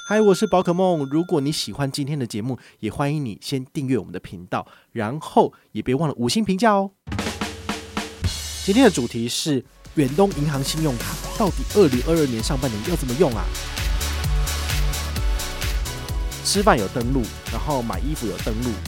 嗨，我是宝可梦。如果你喜欢今天的节目，也欢迎你先订阅我们的频道，然后也别忘了5星评价哦。今天的主题是远东银行信用卡，到底2022年上半年要怎么用啊？吃饭有登录，然后买衣服有登录。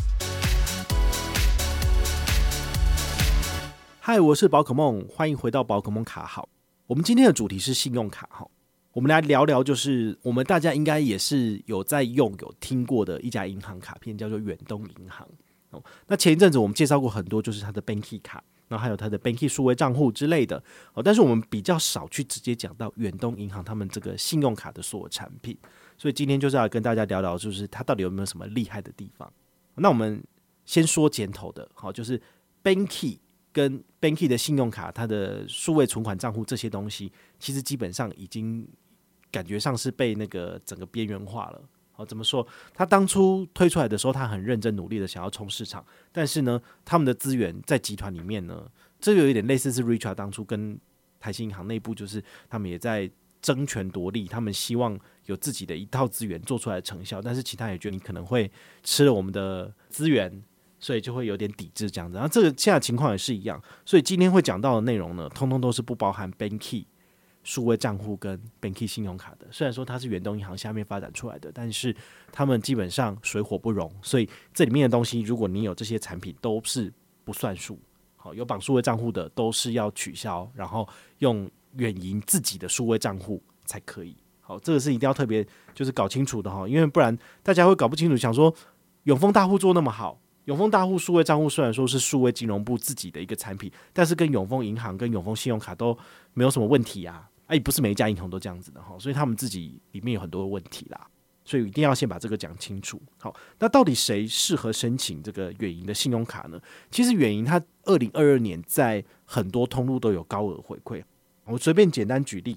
嗨，我是宝可梦，欢迎回到宝可梦卡号。我们今天的主题是信用卡哈。我们来聊聊，就是我们大家应该也是有在用、有听过的一家银行卡片，叫做远东银行。那前一阵子我们介绍过很多，就是它的 Banky 卡，然后还有它的 Banky 数位账户之类的。但是我们比较少去直接讲到远东银行他们这个信用卡的所有产品。所以今天就是要跟大家聊聊，就是它到底有没有什么厉害的地方。那我们先说尖头的，就是 Banky 跟 Banky 的信用卡，它的数位存款账户这些东西，其实基本上已经感觉上是被那个整个边缘化了。怎么说？他当初推出来的时候，他很认真努力的想要冲市场，但是呢，他们的资源在集团里面呢，这有一点类似是 Richard 当初跟台新银行内部，就是他们也在争权夺利，他们希望有自己的一套资源做出来的成效，但是其他也觉得你可能会吃了我们的资源，所以就会有点抵制这样子。然后这个现在情况也是一样，所以今天会讲到的内容呢，通通都是不包含 Banky数位账户跟 Banky 信用卡的。虽然说它是远东银行下面发展出来的，但是他们基本上水火不容，所以这里面的东西，如果你有这些产品，都是不算数。好，有绑数位账户的都是要取消，然后用远银自己的数位账户才可以。好，这个是一定要特别就是搞清楚的哈，因为不然大家会搞不清楚，想说永丰大户做那么好。永丰大户数位账户虽然说是数位金融部自己的一个产品，但是跟永丰银行跟永丰信用卡都没有什么问题啊。也不是每一家银行都这样子的，所以他们自己里面有很多问题啦，所以一定要先把这个讲清楚。好，那到底谁适合申请这个远银的信用卡呢？其实远银它2022年在很多通路都有高额回馈，我随便简单举例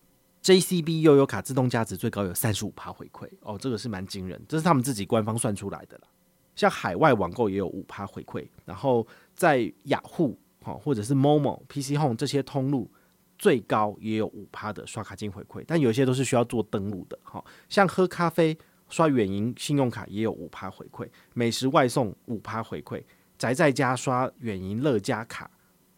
，JCB 悠游卡自动价值最高有35%回馈哦，这个是蛮惊人，这是他们自己官方算出来的啦。像海外网购也有5%回馈，然后在雅虎或者是 Momo、PC Home 这些通路，最高也有5%的刷卡金回馈，但有些都是需要做登录的。像喝咖啡刷远银信用卡也有5%回馈，美食外送5%回馈，宅在家刷远银乐家卡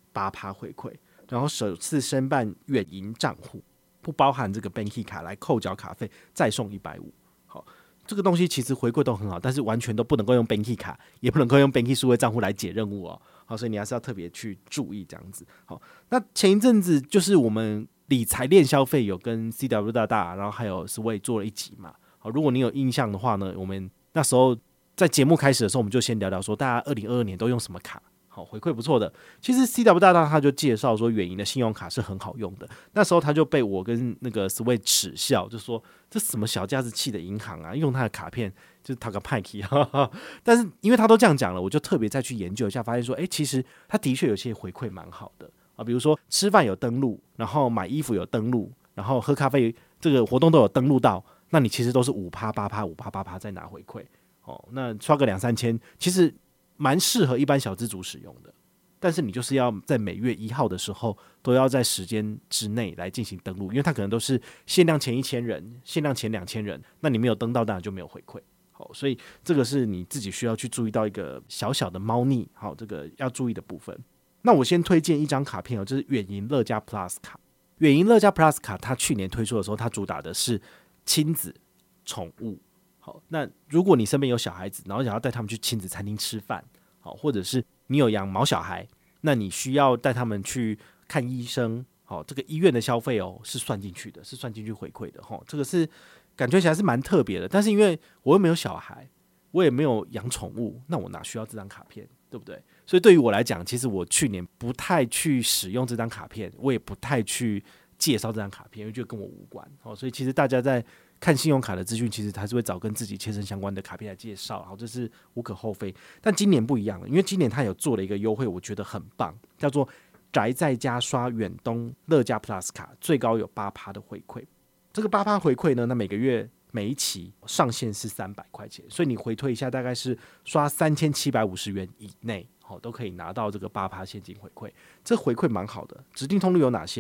8%回馈，然后首次申办远银账户，不包含这个 Banky 卡来扣缴卡费，再送150。好，这个东西其实回馈都很好，但是完全都不能够用 Banky 卡，也不能够用 Banky 数位账户来解任务哦。好，所以你还是要特别去注意这样子。好，那前一阵子就是我们理财练消费有跟 CW 大，然后还有 Sway 做了一集嘛。好，如果你有印象的话呢，我们那时候在节目开始的时候，我们就先聊聊说大家2022年都用什么卡。好，回馈不错的。其实 CW 大他就介绍说远银的信用卡是很好用的，那时候他就被我跟那个 Sway 耻笑，就说这什么小家子气的银行啊，用他的卡片就是讨个派气。但是因为他都这样讲了，我就特别再去研究一下，发现说，其实他的确有些回馈蛮好的啊，比如说吃饭有登录，然后买衣服有登录，然后喝咖啡这个活动都有登录到，那你其实都是5%、8%、5%、8%再拿回馈哦，那刷个2-3千，其实蛮适合一般小资族使用的。但是你就是要在每月1号的时候都要在时间之内来进行登录，因为它可能都是限量前1000人，限量前2000人，那你没有登到当然就没有回馈。好，所以这个是你自己需要去注意到一个小小的猫腻，好，这个要注意的部分。那我先推荐一张卡片就是远银乐家 Plus 卡。远银乐家 Plus 卡它去年推出的时候，它主打的是亲子宠物。好，那如果你身边有小孩子，然后想要带他们去亲子餐厅吃饭，好，或者是你有养毛小孩，那你需要带他们去看医生，好，这个医院的消费是算进去的，是算进去回馈的，这个是感觉起来是蛮特别的。但是因为我又没有小孩，我也没有养宠物，那我哪需要这张卡片，对不对？所以对于我来讲，其实我去年不太去使用这张卡片，我也不太去介绍这张卡片，因为觉得跟我无关。所以其实大家在看信用卡的资讯，其实还是会找跟自己切身相关的卡片来介绍，好，这是无可厚非。但今年不一样了，因为今年他有做了一个优惠，我觉得很棒，叫做宅在家刷远东乐家 Plus 卡，最高有8%的回馈。这个8%回馈呢，那每个月每一期上限是300块钱，所以你回推一下，大概是刷3750元以内，都可以拿到这个8%现金回馈。这回馈蛮好的。指定通路有哪些？像 iTunes、App Store、Disney Plus，然后立 TV、 Netflix、 Amazon 这些，这些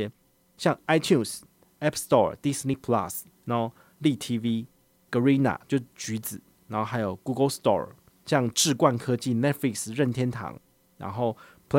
Garena 就橘子，然后还有 Google Store， 像智冠科技、Netflix、任天堂，然后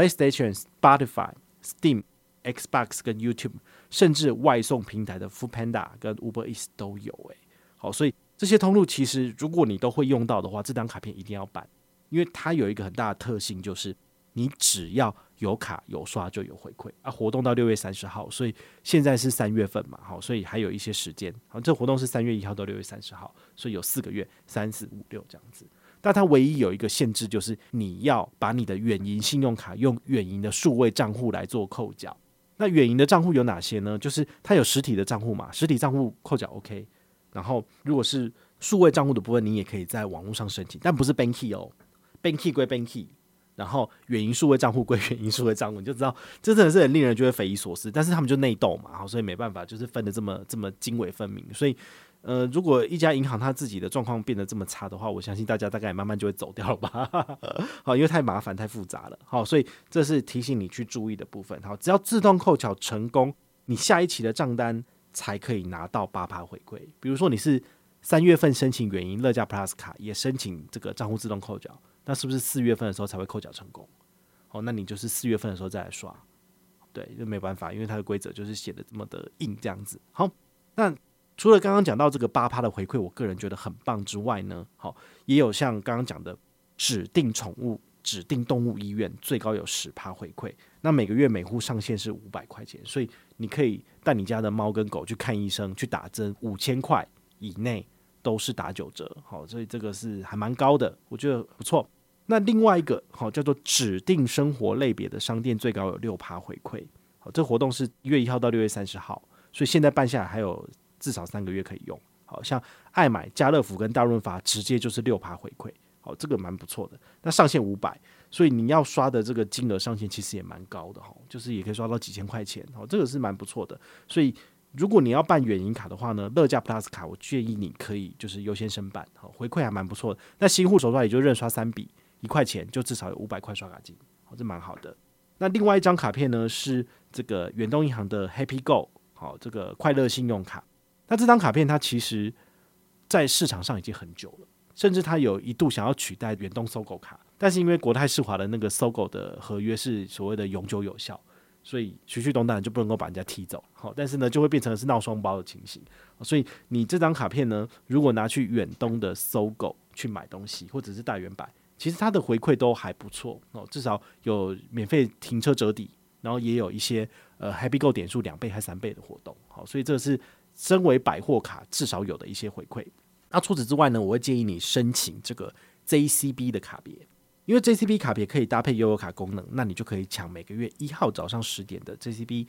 PlayStation、Spotify、Steam、Xbox 跟 YouTube， 甚至外送平台的 Foodpanda 跟 Uber Eats 都有好，所以这些通路其实如果你都会用到的话，这张卡片一定要办，因为它有一个很大的特性，就是你只要有卡有刷就有回馈啊。活动到6月30号，所以现在是3月份嘛，好，所以还有一些时间。好，这活动是3月1号到6月30号，所以有4个月，3、4、5、6这样子。但它唯一有一个限制，就是你要把你的远银信用卡用远银的数位账户来做扣缴。那远银的账户有哪些呢？就是它有实体的账户嘛，实体账户扣缴 OK。然后如果是数位账户的部分，你也可以在网络上申请，但不是 Banky 哦 ，Banky 归 Banky， 然后远银数位账户归远银数位账户，你就知道这真的是很令人觉得匪夷所思。但是他们就内斗嘛，所以没办法，就是分得这么泾渭分明。所以如果一家银行它自己的状况变得这么差的话，我相信大家大概慢慢就会走掉了吧。好，因为太麻烦太复杂了。好，所以这是提醒你去注意的部分。好，只要自动扣缴成功，你下一期的账单才可以拿到8%回馈。比如说你是3月份申请远银乐家 Plus 卡，也申请这个账户自动扣缴，那是不是4月份的时候才会扣缴成功？那你就是4月份的时候再来刷，对，就没办法，因为它的规则就是写的这么的硬这样子。好，那除了刚刚讲到这个8%的回馈，我个人觉得很棒之外呢，好，也有像刚刚讲的指定宠物、指定动物医院，最高有10%回馈。那每个月每户上限是500块钱，所以你可以带你家的猫跟狗去看医生、去打针，5000块以内都是打9折。好，所以这个是还蛮高的，我觉得不错。那另外一个好叫做指定生活类别的商店，最高有6%回馈。好，这个活动是1月1号到6月30号，所以现在办下来还有至少3个月可以用。好像爱买、家乐福跟大润发直接就是6%回馈。好，这个蛮不错的。那上限500，所以你要刷的这个金额上限其实也蛮高的，就是也可以刷到几千块钱。好，这个是蛮不错的。所以如果你要办远银卡的话呢，乐家 Plus 卡我建议你可以就是优先申办，好，回馈还蛮不错的。那新户手刷也就认刷3笔，1块钱就至少有500块刷卡金，好，这蛮好的。那另外一张卡片呢是这个远东银行的 Happy Go， 好，这个快乐信用卡。那这张卡片它其实在市场上已经很久了，甚至它有一度想要取代远东搜狗卡，但是因为国泰世华的那个搜狗的合约是所谓的永久有效，所以徐旭东当然就不能够把人家踢走。好，但是呢就会变成是闹双包的情形。所以你这张卡片呢，如果拿去远东的搜狗去买东西，或者是大圆百，其实它的回馈都还不错，至少有免费停车折抵，然后也有一些Happy Go 点数2倍还3倍的活动。好，所以这是身为百货卡至少有的一些回馈。那除此之外呢，我会建议你申请这个 JCB 的卡别，因为 JCB 卡别可以搭配悠游卡功能，那你就可以抢每个月1号早上10点的 JCB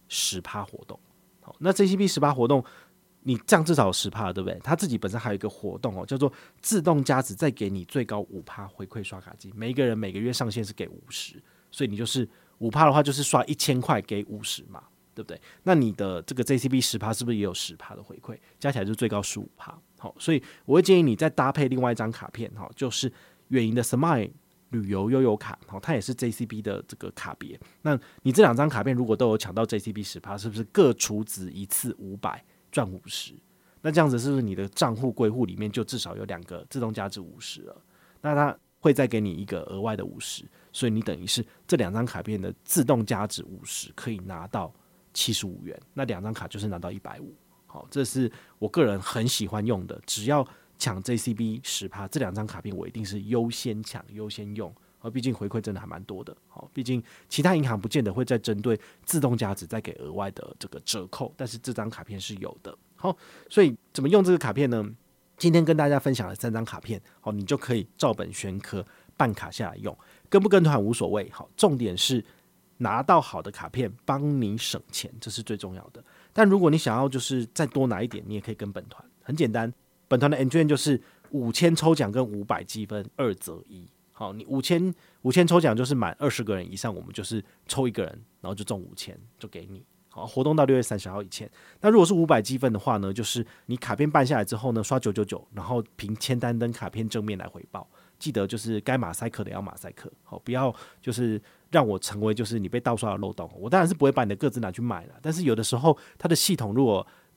10%活动。好，那 JCB 10%活动，你这样至少有10%，对不对？它自己本身还有一个活动叫做自动加值，再给你最高5%回馈刷卡金，每一个人每个月上限是给50，所以你就是5%的话，就是刷1000块给50嘛，对不对？那你的这个 JCB 10%是不是也有10%的回馈？加起来就是最高15%。好，所以我会建议你再搭配另外一张卡片，就是远银的 Smile 旅游悠游卡，它也是 JCB 的这个卡别。那你这2张卡片如果都有抢到 JCB 10%，是不是各储值一次500赚50？那这样子是不是你的账户归户里面就至少有2个自动加值50了？那它会再给你一个额外的50，所以你等于是这2张卡片的自动加值50可以拿到75元，那2张卡就是拿到150。好，这是我个人很喜欢用的，只要抢 JCB 10%，这2张卡片我一定是优先抢优先用，毕竟回馈真的还蛮多的。好，毕竟其他银行不见得会再针对自动加值再给额外的这个折扣，但是这张卡片是有的。好，所以怎么用这个卡片呢？今天跟大家分享了3张卡片，好，你就可以照本宣科办卡下来用，跟不跟团无所谓。好，重点是拿到好的卡片帮你省钱，这是最重要的。但如果你想要就是再多拿一点，你也可以跟本团，很简单，本团的 N 券就是5000抽奖跟500积分2择1。好，你5000抽奖就是满20个人以上，我们就是抽1个人，然后就中5000，就给你。好，活动到6月30号以前。那如果是500积分的话呢，就是你卡片办下来之后呢，刷999，然后凭签单登卡片正面来回报。记得就是该马赛克的要马赛克，好，不要就是让我成为就是你被盗刷的漏洞。我当然是不会把你的个资拿去卖了，但是有的时候它的系统如果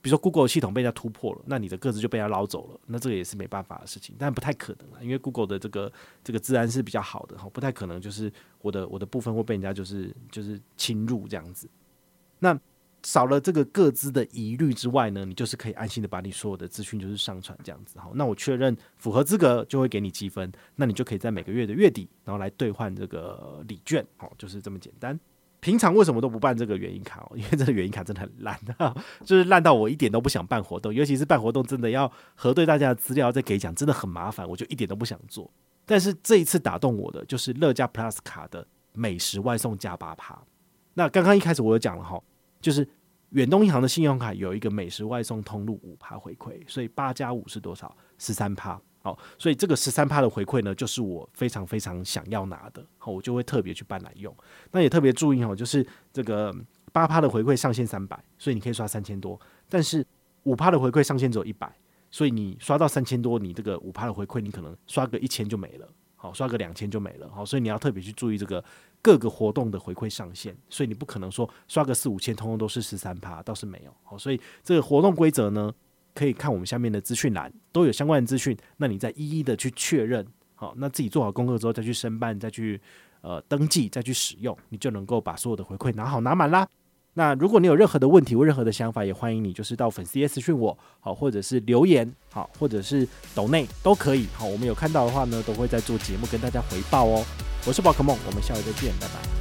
比如说 Google 系统被人家突破了，那你的个资就被人家捞走了，那这个也是没办法的事情，但不太可能啦，因为 Google 的这个治安是比较好的，不太可能就是我的部分会被人家就是侵入这样子。那少了这个个资的疑虑之外呢，你就是可以安心的把你所有的资讯就是上传这样子。好，那我确认符合资格就会给你积分，那你就可以在每个月的月底，然后来兑换这个礼券，就是这么简单。平常为什么都不办这个原因卡？因为这个原因卡真的很烂，就是烂到我一点都不想办活动，尤其是办活动真的要核对大家的资料再给奖，真的很麻烦，我就一点都不想做。但是这一次打动我的就是乐家 Plus 卡的美食外送加 8%。那刚刚一开始我有讲了就是远东银行的信用卡有一个美食外送通路 5% 回馈，所以8加5是多少？ 13%。好，所以这个 13% 的回馈呢，就是我非常非常想要拿的，我就会特别去办来用。那也特别注意就是这个 8% 的回馈上限300，所以你可以刷3000多，但是 5% 的回馈上限只有100，所以你刷到3000多，你这个 5% 的回馈你可能刷个1000就没了，好，刷个2000就没了，好，所以你要特别去注意这个各个活动的回馈上限，所以你不可能说刷个4-5千通通都是 13%， 倒是没有。好，所以这个活动规则呢，可以看我们下面的资讯栏都有相关的资讯，那你再一一的去确认，好，那自己做好功课之后再去申办，再去登记，再去使用，你就能够把所有的回馈拿好拿满啦。那如果你有任何的问题或任何的想法，也欢迎你就是到粉丝页私讯我，好，或者是留言，好，或者是抖内都可以，好，我们有看到的话呢，都会在做节目跟大家回报哦。我是宝可梦，我们下回再见，拜拜。